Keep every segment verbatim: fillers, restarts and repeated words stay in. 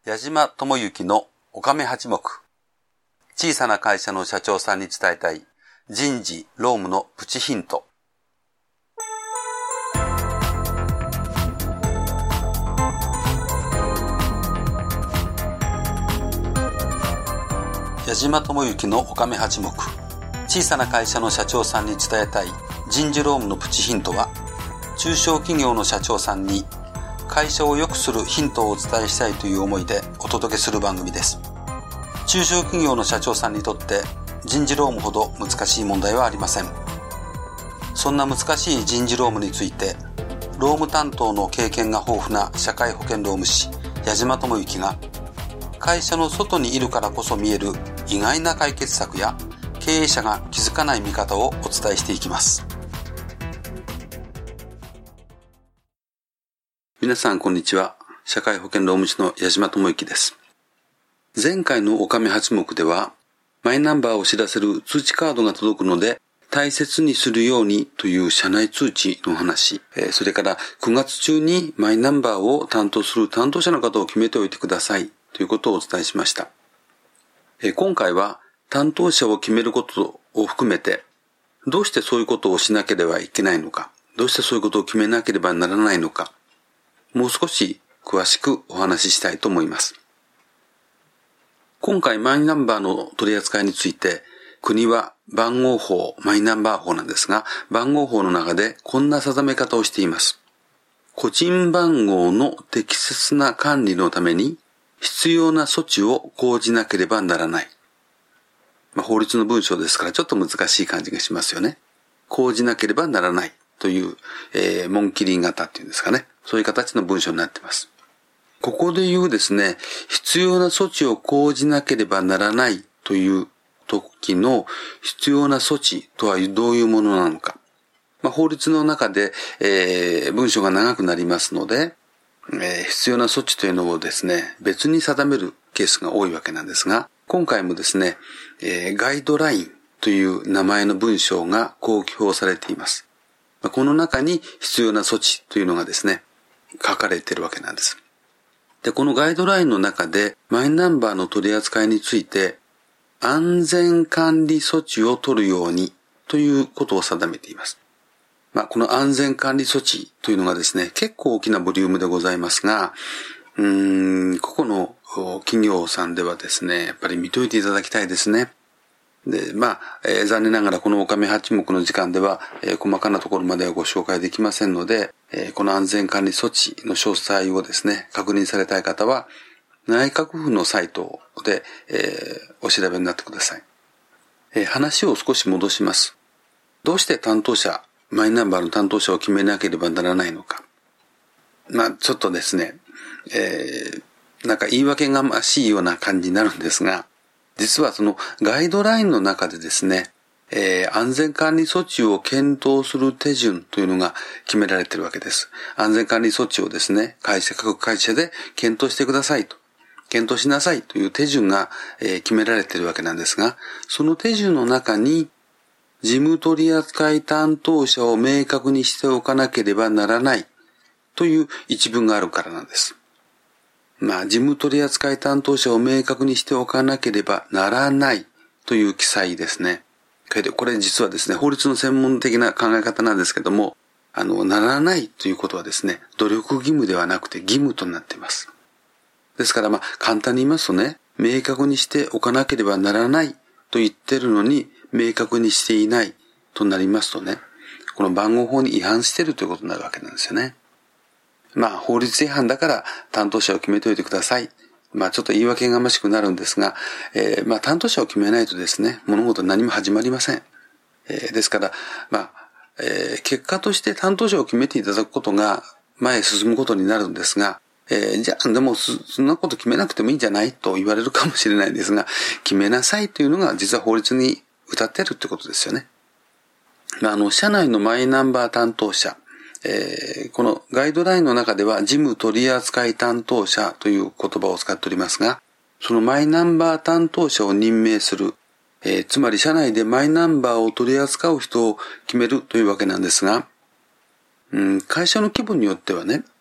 矢島智之のおかめ八目。小さな会社の社長さんに伝えたい人事・労務のプチヒント。矢島智之のおかめ八目。小さな会社の社長さんに伝えたい人事労務のプチヒントは、中小企業の社長さんに会社を良くするヒントをお伝えしたいという思いでお届けする番組です。中小企業の社長さんにとって人事労務ほど難しい問題はありません。そんな難しい人事労務について、労務担当の経験が豊富な社会保険労務士矢島智之が、会社の外にいるからこそ見える意外な解決策や経営者が気づかない見方をお伝えしていきます。皆さんこんにちは。社会保険労務士の矢島智之です。前回のおかめ八目では、マイナンバーを知らせる通知カードが届くので大切にするようにという社内通知の話、それからくがつ中にマイナンバーを担当する担当者の方を決めておいてくださいということをお伝えしました。今回は担当者を決めることを含めて、どうしてそういうことをしなければいけないのか、どうしてそういうことを決めなければならないのか、もう少し詳しくお話ししたいと思います。今回マイナンバーの取り扱いについて、国は番号法、マイナンバー法なんですが、番号法の中でこんな定め方をしています。個人番号の適切な管理のために必要な措置を講じなければならない。まあ、法律の文章ですからちょっと難しい感じがしますよね。講じなければならないという、えー、紋切り型っていうんですかね。そういう形の文章になっています。ここで言うですね、必要な措置を講じなければならないという時の必要な措置とはどういうものなのか。まあ、法律の中で、えー、文章が長くなりますので、えー、必要な措置というのをですね、別に定めるケースが多いわけなんですが、今回もですね、えー、ガイドラインという名前の文章が公表されています。この中に必要な措置というのがですね、書かれているわけなんです。で、このガイドラインの中でマイナンバーの取り扱いについて安全管理措置を取るようにということを定めています。まあ、この安全管理措置というのがですね、結構大きなボリュームでございますが、うーん、個々の企業さんではですね、やっぱり見といていただきたいですね。で、まあ、えー、残念ながらこのおかめ八目の時間では、えー、細かなところまではご紹介できませんので、えー、この安全管理措置の詳細をですね、確認されたい方は、内閣府のサイトで、えー、お調べになってください。えー、話を少し戻します。どうして担当者、マイナンバーの担当者を決めなければならないのか。まあ、ちょっとですね、えー、なんか言い訳がましいような感じになるんですが、実はそのガイドラインの中でですね、えー、安全管理措置を検討する手順というのが決められているわけです。安全管理措置をですね、会社、各会社で検討してくださいと、検討しなさいという手順が、えー、決められているわけなんですが、その手順の中に事務取扱担当者を明確にしておかなければならないという一文があるからなんです。まあ、事務取扱担当者を明確にしておかなければならないという記載ですね。これ実はですね、法律の専門的な考え方なんですけども、あの、ならないということはですね、努力義務ではなくて義務となっています。ですからまあ、簡単に言いますとね、明確にしておかなければならないと言ってるのに、明確にしていないとなりますとね、この番号法に違反しているということになるわけなんですよね。まあ、法律違反だから担当者を決めておいてください。まあ、ちょっと言い訳がましくなるんですが、えー、まあ、担当者を決めないとですね、物事何も始まりません。えー、ですから、まあ、えー、結果として担当者を決めていただくことが前へ進むことになるんですが、えー、じゃあ、でもそ、そんなこと決めなくてもいいんじゃないと言われるかもしれないですが、決めなさいというのが実は法律に謳っているってことですよね。まあ、あの、社内のマイナンバー担当者、えー、このガイドラインの中では事務取扱担当者という言葉を使っておりますが、そのマイナンバー担当者を任命する、えー、つまり社内でマイナンバーを取り扱う人を決めるというわけなんですが、うん、会社の規模によってはね、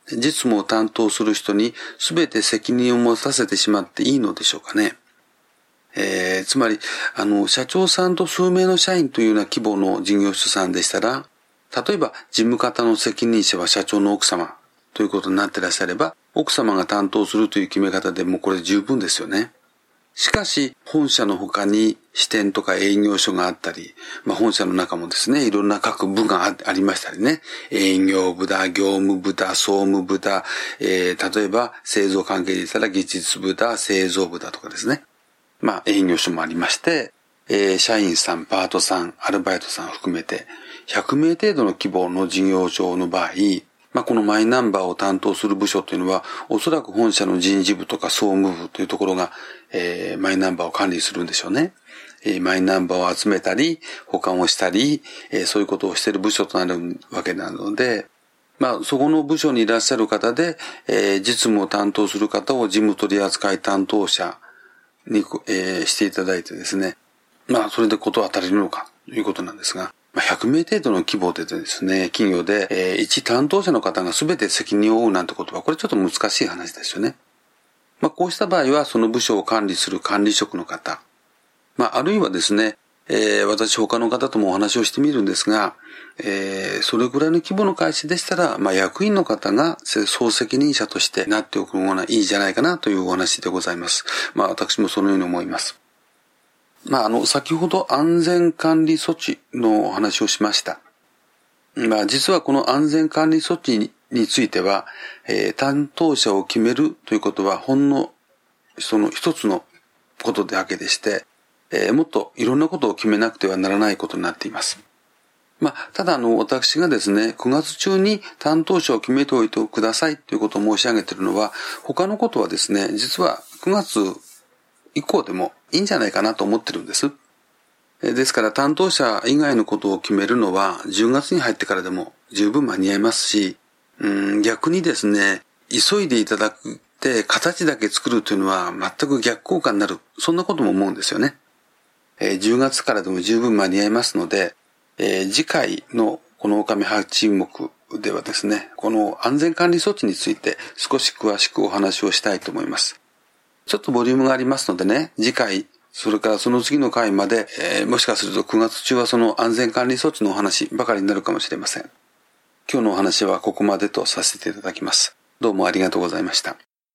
実務を担当する人に全て責任を持たせてしまっていいのでしょうかね。えー、つまり、あの、社長さんと数名の社員というような規模の事業所さんでしたら、例えば事務方の責任者は社長の奥様ということになっていらっしゃれば、奥様が担当するという決め方でもうこれ十分ですよね。しかし、本社の他に支店とか営業所があったり、まあ本社の中もですね、いろんな各部がありましたりね、営業部だ、業務部だ、総務部だ、えー、例えば製造関係で言ったら技術部だ、製造部だとかですね。まあ営業所もありまして、えー、社員さん、パートさん、アルバイトさん含めて、ひゃくめい程度の規模の事業所の場合、まあ、このマイナンバーを担当する部署というのは、おそらく本社の人事部とか総務部というところが、えー、マイナンバーを管理するんでしょうね。えー、マイナンバーを集めたり、保管をしたり、えー、そういうことをしている部署となるわけなので、まあ、そこの部署にいらっしゃる方で、えー、実務を担当する方を事務取扱担当者に、えー、していただいてですね、まあ、それでことは足りるのかということなんですが、ひゃくめい程度の規模でですね、企業で、えー、一担当者の方が全て責任を負うなんてことは、これちょっと難しい話ですよね。まあ、こうした場合は、その部署を管理する管理職の方、まあ、あるいはですね、えー、私他の方ともお話をしてみるんですが、えー、それぐらいの規模の会社でしたら、まあ、役員の方が総責任者としてなっておくのがいいじゃないかなというお話でございます。まあ、私もそのように思います。まあ、あの、先ほど安全管理措置のお話をしました。まあ、実はこの安全管理措置については、えー、担当者を決めるということはほんのその一つのことだけでして、えー、もっといろんなことを決めなくてはならないことになっています。まあ、ただあの、私がですね、くがつ中に担当者を決めておいてくださいということを申し上げているのは、他のことはですね、実はくがつ以降でもいいんじゃないかなと思ってるんです。ですから担当者以外のことを決めるのはじゅうがつに入ってからでも十分間に合いますし、うん、逆にですね、急いでいただくって形だけ作るというのは全く逆効果になる。そんなことも思うんですよね。じゅうがつからでも十分間に合いますので、えー、次回のこのオカメはち目ではですね、この安全管理措置について少し詳しくお話をしたいと思います。ちょっとボリュームがありますのでね、次回、それからその次の回まで、えー、もしかするとくがつ中はその安全管理措置のお話ばかりになるかもしれません。今日のお話はここまでとさせていただきます。どうもありがとうございました。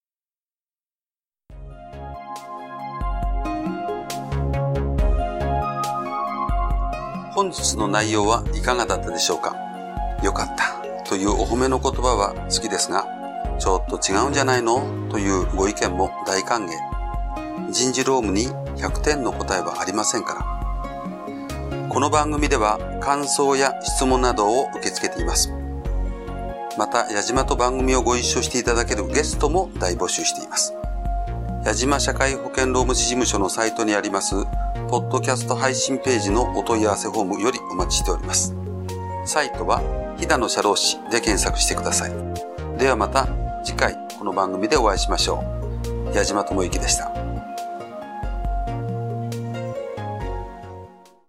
本日の内容はいかがだったでしょうか。よかったというお褒めの言葉は好きですが、ちょっと違うんじゃないのというご意見も大歓迎。人事労務にひゃくてんの答えはありませんから。この番組では感想や質問などを受け付けています。また、矢島と番組をご一緒していただけるゲストも大募集しています。矢島社会保険労務士事務所のサイトにありますポッドキャスト配信ページのお問い合わせフォームよりお待ちしております。サイトは飛騨の社労士で検索してください。ではまた次回この番組でお会いしましょう。矢島智之でした。